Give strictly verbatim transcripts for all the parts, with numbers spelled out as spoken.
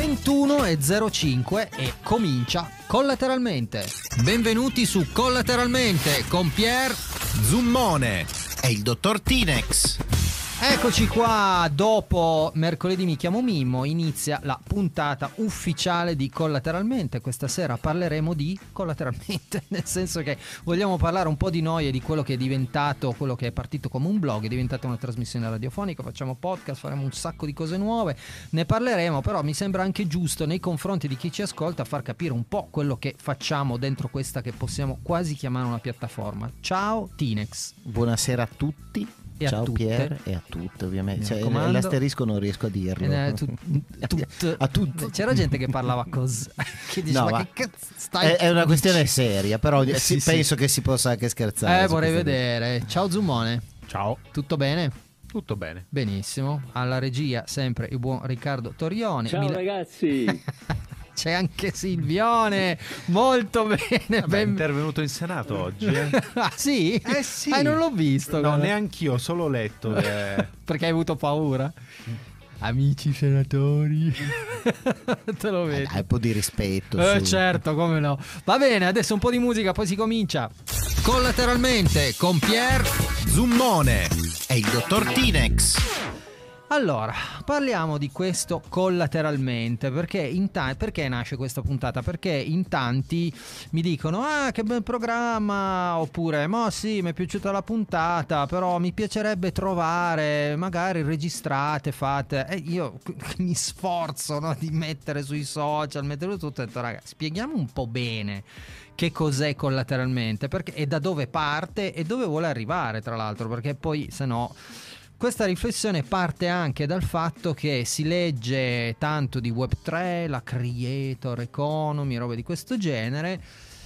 ventuno e zero cinque e comincia Collateralmente. Benvenuti su Collateralmente con Pier Zummone e il dottor T-Nex. Eccoci qua, dopo mercoledì mi chiamo Mimmo, inizia la puntata ufficiale di Collateralmente. Questa sera parleremo di Collateralmente, nel senso che vogliamo parlare un po' di noi e di quello che è diventato, quello che è partito come un blog, è diventata una trasmissione radiofonica, facciamo podcast, faremo un sacco di cose nuove, ne parleremo, però mi sembra anche giusto nei confronti di chi ci ascolta far capire un po' quello che facciamo dentro questa che possiamo quasi chiamare una piattaforma. Ciao T-Nex. Buonasera a tutti. E Ciao a Pier e a tutte, ovviamente. Cioè, l'asterisco non riesco a dirlo. Eh, tu, tut. A tutti. C'era gente che parlava così. Che dice, no, ma ma che cazzo stai? È, è una questione dici? seria, però sì, sì, sì. penso che si possa anche scherzare. Eh, vorrei vedere. Ciao Zummone. Ciao. Tutto bene? Tutto bene. Benissimo. Alla regia sempre il buon Riccardo Torioni. Ciao Mil- ragazzi. C'è anche Silvione, molto bene. Vabbè, ben... è intervenuto in Senato oggi. Eh, ah sì? eh sì. Ah, non l'ho visto. No, guarda. neanch'io, ho solo letto. Eh. Perché hai avuto paura? Amici senatori. Te lo vedi. Dai, un po' di rispetto. Eh, su. certo, come no. Va bene, adesso un po' di musica, poi si comincia. Collateralmente con Pier Zummone e il dottor T-Nex. Allora, parliamo di questo collateralmente, perché, in ta- perché nasce questa puntata? Perché in tanti mi dicono ah che bel programma, oppure ma sì mi è piaciuta la puntata, però mi piacerebbe trovare, magari registrate, fate, e io mi sforzo, no, di mettere sui social, metterlo tutto, e ho detto raga, spieghiamo un po' bene che cos'è collateralmente, perché, e da dove parte e dove vuole arrivare, tra l'altro, perché poi se no... Questa riflessione parte anche dal fatto che si legge tanto di web tre, la creator economy, robe di questo genere.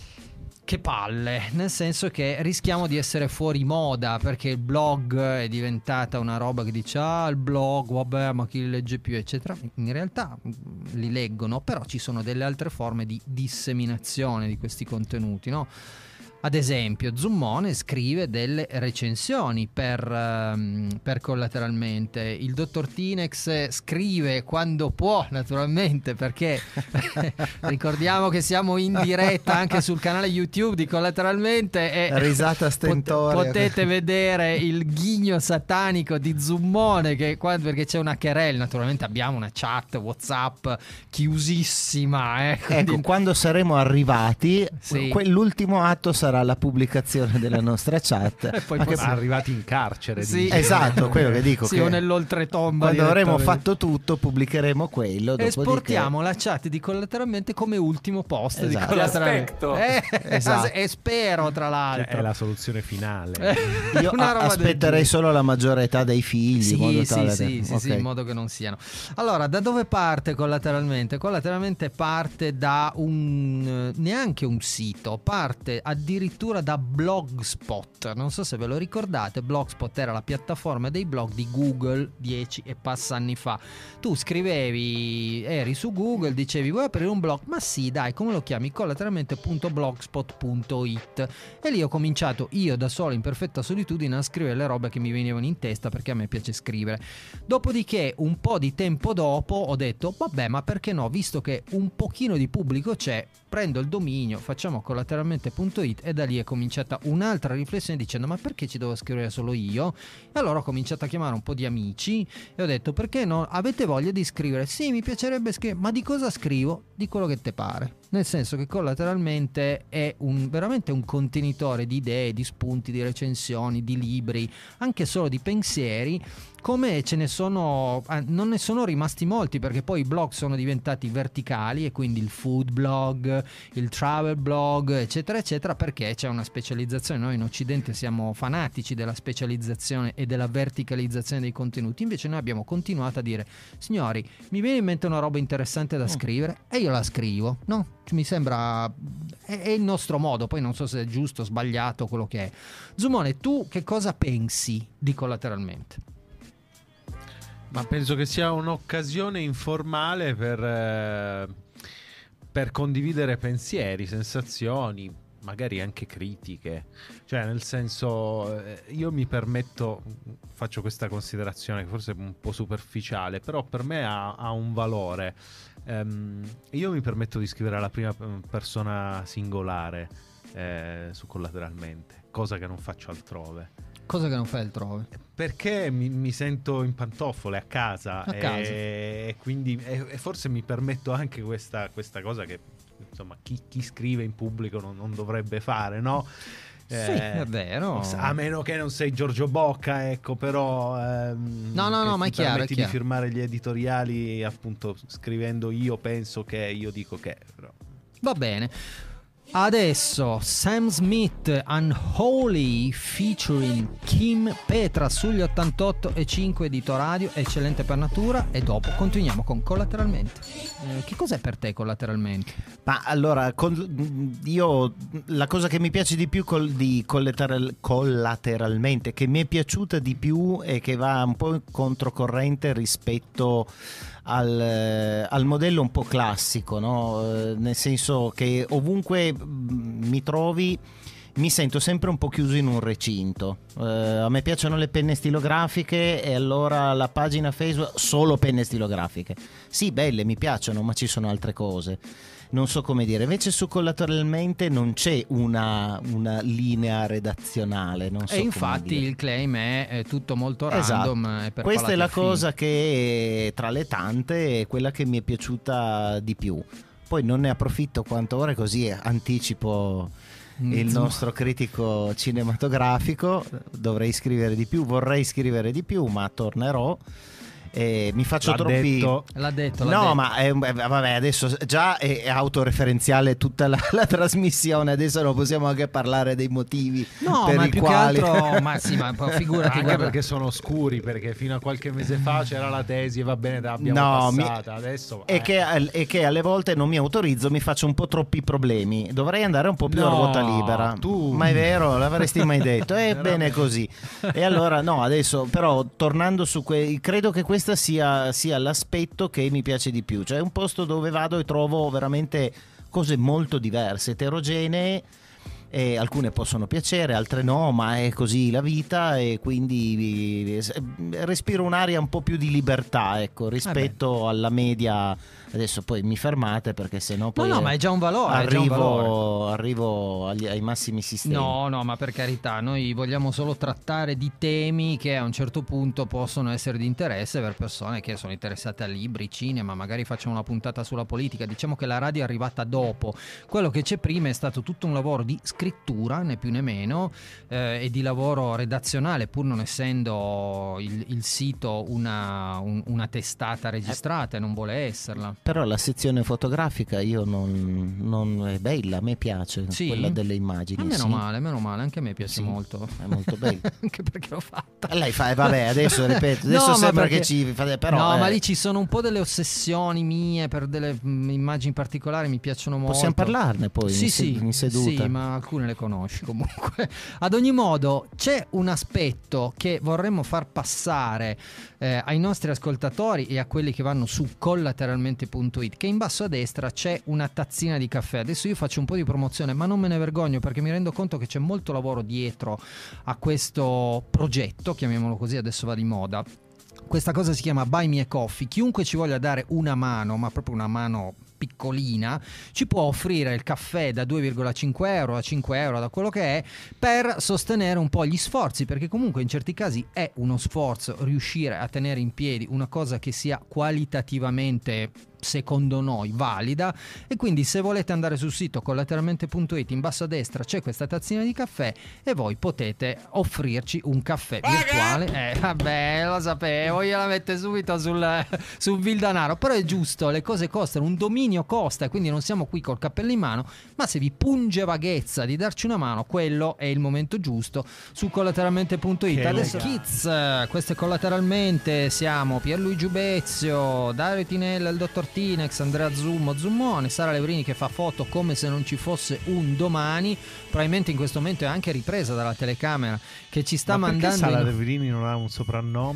Che palle, nel senso che rischiamo di essere fuori moda, perché il blog è diventata una roba che dice ah il blog, vabbè ma chi li legge più eccetera. In realtà li leggono, però ci sono delle altre forme di disseminazione di questi contenuti, no? Ad esempio, Zummone scrive delle recensioni per, um, per Collateralmente. Il dottor T-Nex scrive quando può, naturalmente, perché ricordiamo che siamo in diretta anche sul canale YouTube di Collateralmente e risata stentoria. pot- potete vedere il ghigno satanico di Zummone, che qua, perché c'è una querel, naturalmente abbiamo una chat WhatsApp chiusissima. Eh, quindi... Ecco, quando saremo arrivati, Sì. que- l'ultimo atto sarà la pubblicazione della nostra chat. E poi Anche possiamo- per- Arrivati in carcere. Sì. dici. Esatto, quello che dico. Sì, che o nell'oltretomba. quando avremo direttamente. fatto tutto, pubblicheremo quello. Esportiamo la chat di Collateralmente come ultimo post di Esatto. Collateralmente. Ti aspetto. Eh, Esatto. E spero, tra Cioè, l'altro. è la soluzione finale. Eh, Io una a- roba del aspetterei genere. solo la maggiore età dei figli. Sì, in modo sì, tale sì, da- sì, ok. sì, in modo che non siano. Allora, da dove parte Collateralmente? Collateralmente parte da un eh, neanche un sito, parte addirittura da Blogspot. Non so se ve lo ricordate, Blogspot era la piattaforma dei blog di Google dieci e passa anni fa. Tu scrivevi, eri su Google, dicevi vuoi aprire un blog? Ma sì, dai, come lo chiami? collateralmente punto blogspot punto it. E lì ho cominciato io da solo in perfetta solitudine a scrivere le robe che mi venivano in testa, perché a me piace scrivere. Dopodiché, un po' di tempo dopo, ho detto vabbè, ma perché no, visto che un pochino di pubblico c'è, prendo il dominio, facciamo collateralmente punto it, e da lì è cominciata un'altra riflessione dicendo ma perché ci devo scrivere solo io? E allora ho cominciato a chiamare un po' di amici e ho detto perché no, avete voglia di scrivere? Sì, mi piacerebbe scrivere. Ma di cosa scrivo? Di quello che te pare, nel senso che Collateralmente è un, veramente un contenitore di idee, di spunti, di recensioni, di libri, anche solo di pensieri, come ce ne sono, eh, non ne sono rimasti molti, perché poi i blog sono diventati verticali, e quindi il food blog, il travel blog, eccetera eccetera, perché c'è una specializzazione. Noi in Occidente siamo fanatici della specializzazione e della verticalizzazione dei contenuti, invece noi abbiamo continuato a dire signori, mi viene in mente una roba interessante da scrivere e io la scrivo, no? Mi sembra è, è il nostro modo, poi non so se è giusto o sbagliato quello che è. Zummone, tu che cosa pensi di Collateralmente? Ma penso che sia un'occasione informale per, eh, per condividere pensieri, sensazioni, magari anche critiche, cioè nel senso eh, io mi permetto, faccio questa considerazione che forse è un po' superficiale, però per me ha, ha un valore. Um, io mi permetto di scrivere alla prima persona singolare eh, su Collateralmente, cosa che non faccio altrove. Cosa che non fai altrove? Perché mi, mi sento in pantofole a casa, A e, casa. e quindi e, e forse mi permetto anche questa, questa cosa che insomma chi, chi scrive in pubblico non, non dovrebbe fare, no? Sì, eh, è vero. A meno che non sei Giorgio Bocca, ecco, però ehm, no no no ma è chiaro, permetti è chiaro. di firmare gli editoriali appunto scrivendo io penso che, io dico che, però. Va bene. Adesso Sam Smith, Unholy featuring Kim Petra sugli ottantotto e cinque di Toradio, eccellente per natura, e dopo continuiamo con Collateralmente. Eh, che cos'è per te Collateralmente? Ma allora, con, io la cosa che mi piace di più col, di collateral, Collateralmente, che mi è piaciuta di più e che va un po' in controcorrente rispetto Al, al modello un po' classico, no? Nel senso che ovunque mi trovi mi sento sempre un po' chiuso in un recinto. Eh, a me piacciono le penne stilografiche e allora la pagina Facebook solo penne stilografiche. Sì, belle, mi piacciono, ma ci sono altre cose. Non so come dire. Invece su Collateralmente non c'è una, una linea redazionale. Non so e infatti come dire. Il claim è, è tutto molto Esatto. random. È per Questa è la affini. cosa che tra le tante è quella che mi è piaciuta di più. Poi non ne approfitto quanto ora, così anticipo il nostro critico cinematografico. Dovrei scrivere di più, vorrei scrivere di più, ma tornerò. Eh, mi faccio L'ha troppi detto. L'ha detto, l'ha no detto. ma è, vabbè, adesso già è autoreferenziale tutta la, la trasmissione, adesso non possiamo anche parlare dei motivi No, per ma i più quali che altro, ma sì, ma figurati, Anche guarda, perché sono oscuri, perché fino a qualche mese fa c'era la tesi e va bene, l'abbiamo No, mi- passata adesso e, eh. che, e che alle volte non mi autorizzo, mi faccio un po' troppi problemi, dovrei andare un po' più a No, ruota libera. tu- Ma è vero, l'avresti mai detto. È bene Veramente. così. E allora no, adesso però tornando su que- credo che questa sia, sia l'aspetto che mi piace di più, cioè è un posto dove vado e trovo veramente cose molto diverse, eterogenee, e alcune possono piacere, altre no, ma è così la vita, e quindi respiro un'aria un po' più di libertà, ecco, rispetto alla media. Adesso poi mi fermate, perché sennò poi no, ma è già un valore, è già un arrivo, valore. arrivo agli- ai massimi sistemi. No, no, ma per carità, noi vogliamo solo trattare di temi che a un certo punto possono essere di interesse per persone che sono interessate a libri, cinema, magari facciamo una puntata sulla politica. Diciamo che la radio è arrivata dopo. Quello che c'è prima è stato tutto un lavoro di scrittura, né più né meno, eh, e di lavoro redazionale, pur non essendo il, il sito una, un- una testata registrata, e non vuole esserla. Però la sezione fotografica io non, non è bella, a me piace, Sì? quella delle immagini. Ah, meno sì. male, meno male, anche a me piace Sì, molto. è molto bella. Anche perché l'ho fatta. Lei fa, eh, vabbè, adesso ripeto, adesso No, ma sembra perché- che ci fate, però no, eh, ma lì ci sono un po' delle ossessioni mie per delle mm, immagini particolari, mi piacciono molto. possiamo parlarne poi Sì, in, se- sì, in seduta. sì, ma alcune le conosci comunque. Ad ogni modo, c'è un aspetto che vorremmo far passare eh, ai nostri ascoltatori e a quelli che vanno su collateralmente punto it, che in basso a destra c'è una tazzina di caffè. Adesso io faccio un po' di promozione, ma non me ne vergogno, perché mi rendo conto che c'è molto lavoro dietro a questo progetto, chiamiamolo così, adesso va di moda. Questa cosa si chiama Buy Me a Coffee. Chiunque ci voglia dare una mano, ma proprio una mano piccolina, ci può offrire il caffè da due virgola cinque euro a cinque euro, da quello che è, per sostenere un po' gli sforzi, perché comunque in certi casi è uno sforzo riuscire a tenere in piedi una cosa che sia qualitativamente, secondo noi, valida. E quindi se volete andare sul sito collateralmente punto it, in basso a destra c'è questa tazzina di caffè e voi potete offrirci un caffè virtuale. Eh vabbè, lo sapevo, gliela mette subito sul, sul vil danaro, però è giusto, le cose costano, un dominio costa, e quindi non siamo qui col cappello in mano, ma se vi punge vaghezza di darci una mano, quello è il momento giusto, su collateralmente punto it. Che Adesso legale. Kids, questo è Collateralmente, siamo Pierluigi Bezio, Dario Tinella, il dottor Tinex, Andrea Zummo, Zummone, Sara Levrini che fa foto come se non ci fosse un domani, probabilmente in questo momento è anche ripresa dalla telecamera che ci sta Ma perché mandando Sara in... Levrini non ha un soprannome?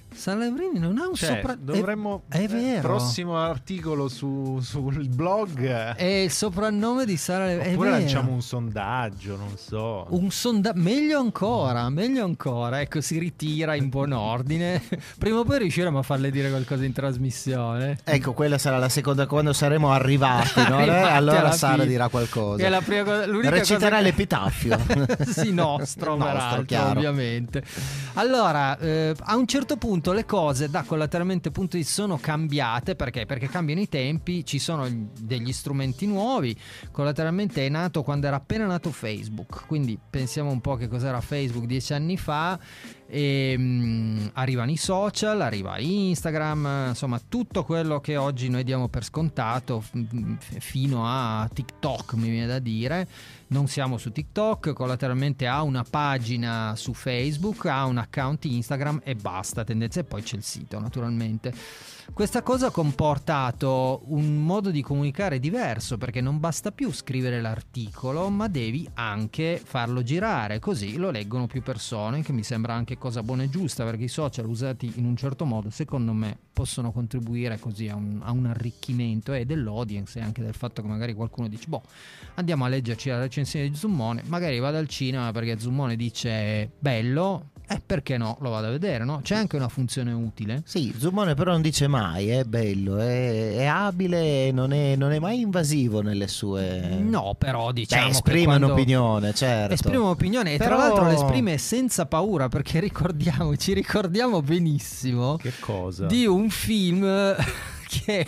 Sara Levrini non ha un cioè, sopra... dovremmo È, è vero. Prossimo articolo su, sul blog. È il soprannome di Sara Levrini. Oppure lanciamo un sondaggio, non so. Un sondaggio, meglio ancora, meglio ancora. Ecco, si ritira in buon ordine. Prima o poi riusciremo a farle dire qualcosa in trasmissione. Ecco, quella sarà la seconda, quando saremo arrivati, no? Arrivati allora alla Sara fine. dirà qualcosa. È la prima cosa, l'unica reciterà cosa che... l'epitaffio. Sì, nostro, Nostro, peraltro, chiaro. ovviamente. Allora, eh, a un certo punto le cose da collateralmente punto di sono cambiate. Perché? Perché cambiano i tempi, ci sono degli strumenti nuovi. Collateralmente è nato quando era appena nato Facebook, quindi pensiamo un po' che cos'era Facebook dieci anni fa. E, mh, arrivano i social, arriva Instagram, insomma tutto quello che oggi noi diamo per scontato, f- fino a TikTok, mi viene da dire. Non siamo su TikTok, collateralmente ha una pagina su Facebook, ha un account Instagram e basta, tendenza, e poi c'è il sito naturalmente. Questa cosa ha comportato un modo di comunicare diverso, perché non basta più scrivere l'articolo, ma devi anche farlo girare, così lo leggono più persone, che mi sembra anche cosa buona e giusta, perché i social usati in un certo modo, secondo me, possono contribuire così a un, a un arricchimento e dell'audience, e anche del fatto che magari qualcuno dice, boh, andiamo a leggerci la recensione di Zummone, magari vado al cinema perché Zummone dice bello, eh, perché no, lo vado a vedere, no? C'è anche una funzione utile. Sì, Zummone però non dice mai, è bello, è, è abile, non è, non è mai invasivo nelle sue... No, però diciamo Beh, che esprime quando... un'opinione, certo. Esprime un'opinione, e Però- tra l'altro l'esprime senza paura, perché ricordiamo, ci ricordiamo benissimo Che cosa? di un film che...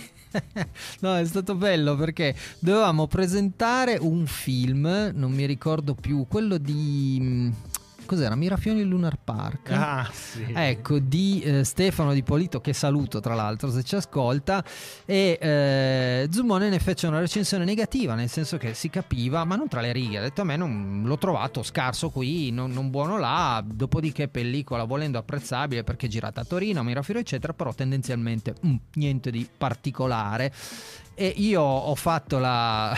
No, è stato bello perché dovevamo presentare un film, non mi ricordo più, quello di... cos'era? Mirafioni Lunar Park. Ah, sì. Ecco, di eh, Stefano Di Polito, che saluto tra l'altro se ci ascolta, e eh, Zummone ne fece una recensione negativa, nel senso che si capiva, ma non tra le righe, ha detto a me non, l'ho trovato scarso qui, non, non buono là, dopodiché pellicola volendo apprezzabile perché è girata a Torino, a Mirafiori eccetera, però tendenzialmente mm, niente di particolare. E io ho fatto la...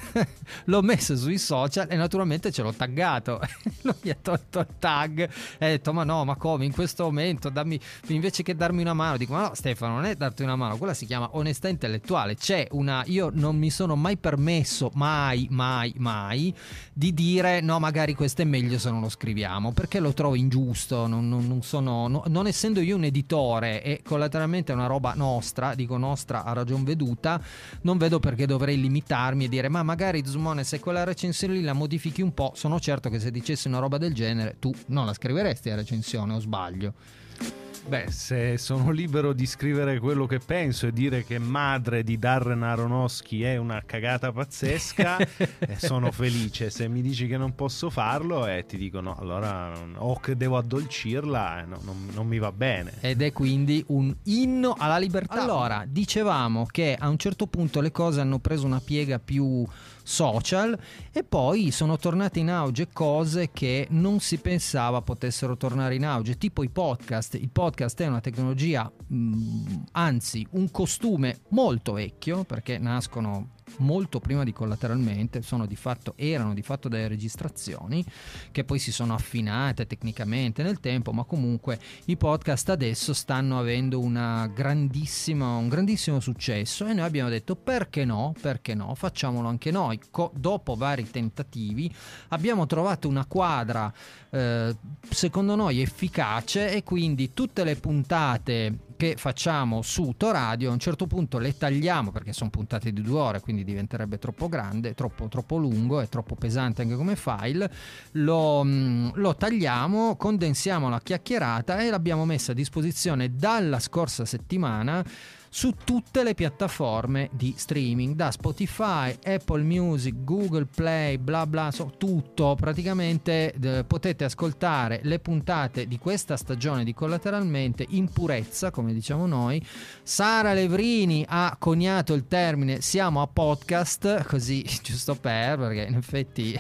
l'ho messo sui social e naturalmente ce l'ho taggato. Non mi ha tolto il tag e ha detto ma no, ma come in questo momento dammi, invece che darmi una mano, dico ma no Stefano, non è darti una mano, quella si chiama onestà intellettuale. C'è una, io non mi sono mai permesso, mai mai mai di dire no, magari questo è meglio se non lo scriviamo, perché lo trovo ingiusto. Non, non, non sono no, non essendo io un editore e collateralmente è una roba nostra, dico nostra a ragion veduta, non vedo perché dovrei limitarmi e dire ma magari Zummone, se quella recensione lì la modifichi un po', sono certo che se dicessi una roba del genere tu non la scriveresti la recensione, o sbaglio? Beh, se sono libero di scrivere quello che penso e dire che Madre di Darren Aronofsky è una cagata pazzesca, eh, sono felice. Se mi dici che non posso farlo, e eh, ti dico no, allora o che devo addolcirla, eh, no, non, non mi va bene. Ed è quindi un inno alla libertà. Allora, dicevamo che a un certo punto le cose hanno preso una piega più social e poi sono tornate in auge cose che non si pensava potessero tornare in auge, tipo i podcast. Il podcast è una tecnologia, mh, anzi un costume molto vecchio, perché nascono molto prima di Collateralmente, sono di fatto, erano di fatto delle registrazioni che poi si sono affinate tecnicamente nel tempo, ma comunque i podcast adesso stanno avendo una grandissima, un grandissimo successo, e noi abbiamo detto perché no, perché no, facciamolo anche noi. Co- dopo vari tentativi abbiamo trovato una quadra eh, secondo noi efficace, e quindi tutte le puntate che facciamo su Toradio a un certo punto le tagliamo, perché sono puntate di due ore, quindi diventerebbe troppo grande, troppo, troppo lungo e troppo pesante anche come file. Lo, lo tagliamo, condensiamo la chiacchierata e l'abbiamo messa a disposizione dalla scorsa settimana su tutte le piattaforme di streaming, da Spotify, Apple Music, Google Play, bla bla, so, tutto praticamente. Eh, potete ascoltare le puntate di questa stagione di Collateralmente in purezza, come diciamo noi. Sara Levrini ha coniato il termine siamo a podcast, così giusto per, perché in effetti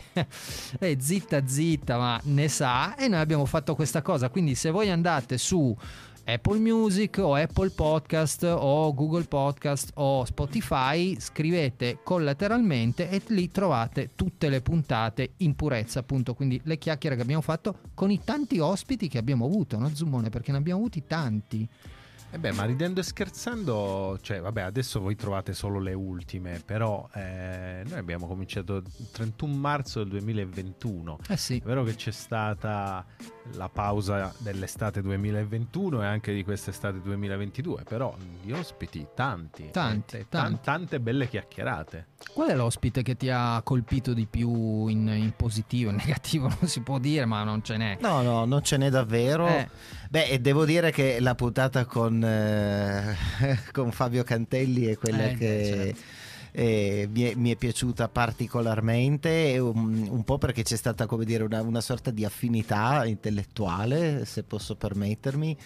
è zitta zitta ma ne sa, e noi abbiamo fatto questa cosa. Quindi se voi andate su Apple Music o Apple Podcast o Google Podcast o Spotify, scrivete Collateralmente e lì trovate tutte le puntate in purezza, appunto, quindi le chiacchiere che abbiamo fatto con i tanti ospiti che abbiamo avuto, no Zumone? Perché ne abbiamo avuti tanti. Eh beh, ma ridendo e scherzando, cioè vabbè, adesso voi trovate solo le ultime, però eh, noi abbiamo cominciato il trentuno marzo del duemilaventuno. Eh sì. È vero che c'è stata la pausa dell'estate duemilaventuno e anche di quest'estate duemilaventidue, però di ospiti tanti, Tanti, tante, tanti. tante belle chiacchierate. Qual è l'ospite che ti ha colpito di più in, in positivo, in negativo? Non si può dire, ma non ce n'è. No, no, non ce n'è davvero. Eh. Beh, e devo dire che la puntata con, eh, con Fabio Cantelli è quella Eh, che beh, certo. eh, mi, è, mi è piaciuta particolarmente, un, un po' perché c'è stata, come dire, una, una sorta di affinità intellettuale, se posso permettermi.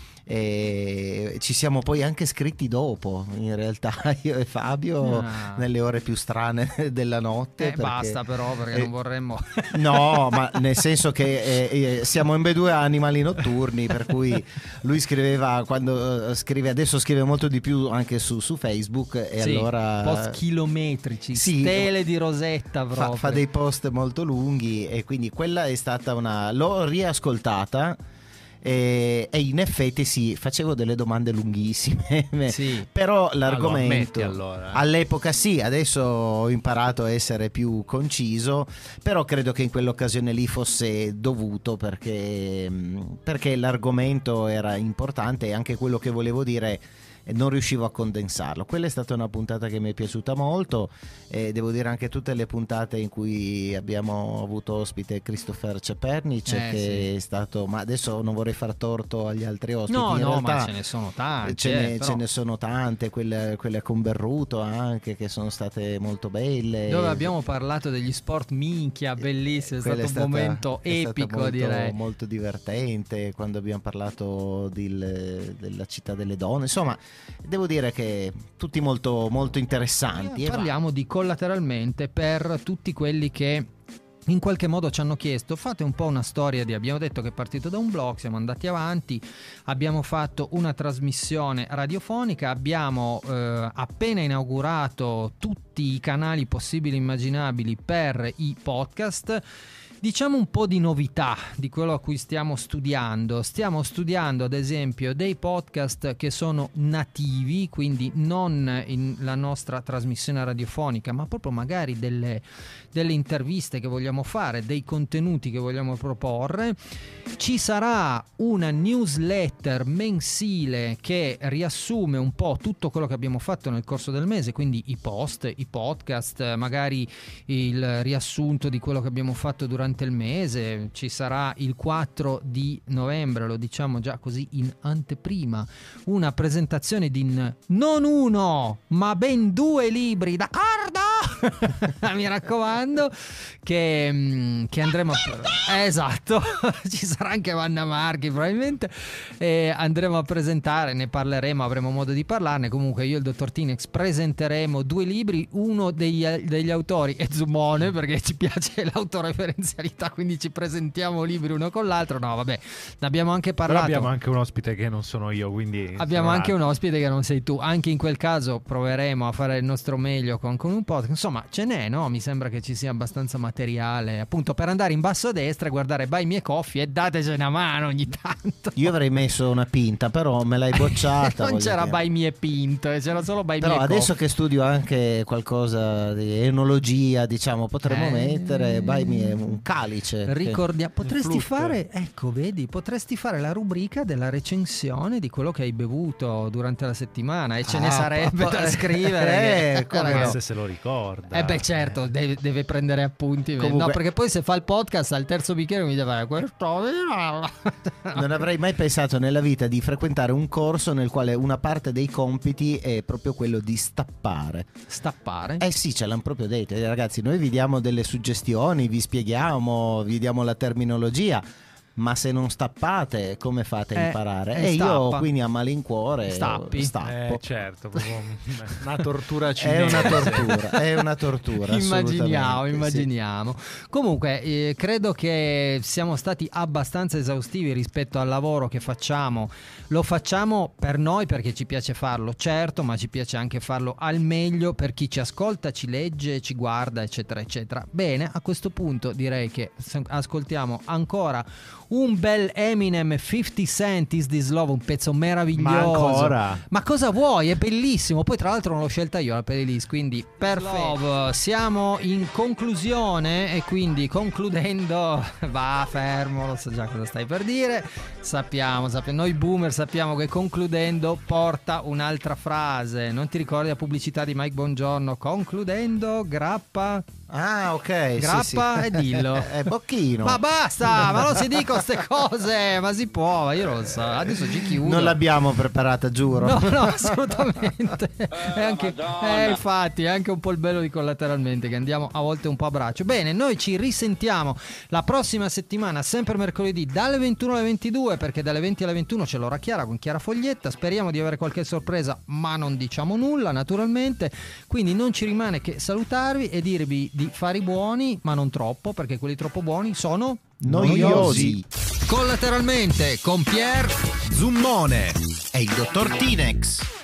E ci siamo poi anche scritti dopo, in realtà, io e Fabio, Ah. nelle ore più strane della notte. Eh, perché- basta però, perché eh, non vorremmo... No, ma nel senso che eh, eh, siamo in due animali notturni, per cui lui scriveva quando eh, scrive, adesso scrive molto di più anche su, su Facebook e Sì, allora post chilometrici, Sì, stele di rosetta proprio. fa, fa dei post molto lunghi e quindi quella è stata una... l'ho riascoltata e, e in effetti sì, facevo delle domande lunghissime. Sì. Però Ah, lo l'argomento ammetti, allora, eh? all'epoca sì, adesso ho imparato a essere più conciso, però credo che in quell'occasione lì fosse dovuto perché, perché l'argomento era importante e anche quello che volevo dire non riuscivo a condensarlo. Quella è stata una puntata che mi è piaciuta molto e devo dire anche tutte le puntate in cui abbiamo avuto ospite Christopher Cepernic, Eh, che sì. è stato, ma adesso non vorrei far torto agli altri ospiti, No, in no, realtà ma ce ne sono tanti. ce, eh, ne, però ce ne sono tante, quelle, quelle con Berruto anche, che sono state molto belle, Dove abbiamo parlato degli sport, minchia, bellissimo, è stato Quella un stata- momento è stata epico, molto, direi. molto divertente quando abbiamo parlato del- della città delle donne. Insomma, devo dire che tutti molto, molto interessanti. E Parliamo di Collateralmente per tutti quelli che in qualche modo ci hanno chiesto, fate un po' una storia di, abbiamo detto che è partito da un blog, siamo andati avanti, abbiamo fatto una trasmissione radiofonica, abbiamo eh, appena inaugurato tutti i canali possibili e immaginabili per i podcast. Diciamo un po' di novità di quello a cui stiamo studiando. Stiamo studiando ad esempio dei podcast che sono nativi, quindi non in la nostra trasmissione radiofonica, ma proprio magari delle, delle interviste che vogliamo fare, dei contenuti che vogliamo proporre. Ci sarà una newsletter mensile che riassume un po' tutto quello che abbiamo fatto nel corso del mese, quindi i post, i podcast, magari il riassunto di quello che abbiamo fatto durante il mese. Ci sarà il quattro di novembre, lo diciamo già così in anteprima, una presentazione di non uno ma ben due libri, d'accordo? Mi raccomando, che, che andremo a... esatto, ci sarà anche Vanna Marchi probabilmente, e andremo a presentare, ne parleremo, avremo modo di parlarne. Comunque io e il dottor Tinex presenteremo due libri, uno degli, degli autori è Zumone, perché ci piace l'autoreferenzialità, quindi ci presentiamo libri uno con l'altro. No vabbè, ne abbiamo anche Però parlato. abbiamo anche un ospite che non sono io, quindi Abbiamo sarà- anche un ospite che non sei tu. Anche in quel caso proveremo a fare il nostro meglio con, con un podcast. Insomma, ce n'è, no? Mi sembra che ci sia abbastanza materiale, appunto, per andare in basso a destra e guardare Buy Me a Coffee e dateci una mano ogni tanto. Io avrei messo una pinta, però me l'hai bocciata. Non voglio c'era dire. Buy Me e Pinto, c'era solo Buy Però Me e adesso Coffee. che studio anche qualcosa di enologia, diciamo, potremmo Eh. mettere Buy Me un calice. che- Ricordia- potresti flute. fare, ecco, vedi, potresti fare la rubrica della recensione di quello che hai bevuto durante la settimana e ce ne Ah, sarebbe pa- da scrivere. eh, come ragazzi. no. se se lo ricorda. Eh beh certo, deve, deve prendere appunti. Comunque- No, perché poi se fa il podcast al terzo bicchiere mi deve fare questo. Non avrei mai pensato nella vita di frequentare un corso nel quale una parte dei compiti è proprio quello di stappare. Stappare. Eh sì, ce l'hanno proprio detto. Eh, ragazzi, noi vi diamo delle suggestioni, vi spieghiamo, vi diamo la terminologia, ma se non stappate come fate a Eh, imparare? eh, E io stappa. quindi a malincuore Stappi. stappo. Eh, certo, proprio una tortura È cinese. una tortura, è una tortura. Immaginiamo, assolutamente, sì. immaginiamo. Comunque, eh, credo che siamo stati abbastanza esaustivi rispetto al lavoro che facciamo. Lo facciamo per noi perché ci piace farlo, certo, ma ci piace anche farlo al meglio per chi ci ascolta, ci legge, ci guarda, eccetera, eccetera. Bene, a questo punto direi che s- ascoltiamo ancora un bel Eminem, fifty Cent Is This Love, un pezzo meraviglioso. Ma ancora? Ma cosa vuoi? È bellissimo. Poi tra l'altro non l'ho scelta io la playlist, quindi perfetto. Siamo in conclusione e quindi concludendo, va fermo, lo so già cosa stai per dire. Sappiamo, sappiamo, noi boomer sappiamo che concludendo porta un'altra frase. Non ti ricordi la pubblicità di Mike Bongiorno? Concludendo, grappa. Ah, ok. Grappa sì, sì. e dillo. È bocchino. Ma basta, ma non si dicono queste cose, ma si può, ma io non lo so. Adesso ci chiudo. Non l'abbiamo preparata, giuro. No, no, assolutamente. È anche, eh, infatti, è anche un po' il bello di Collateralmente, che andiamo a volte un po' a braccio. Bene, noi ci risentiamo la prossima settimana, sempre mercoledì, dalle ventuno alle ventidue, perché dalle venti alle ventuno c'è l'ora Chiara con Chiara Foglietta. Speriamo di avere qualche sorpresa, ma non diciamo nulla, naturalmente. Quindi non ci rimane che salutarvi e dirvi di fare i buoni, ma non troppo, perché quelli troppo buoni sono Noiosi. Collateralmente con Pier Zummone e il dottor Tinex.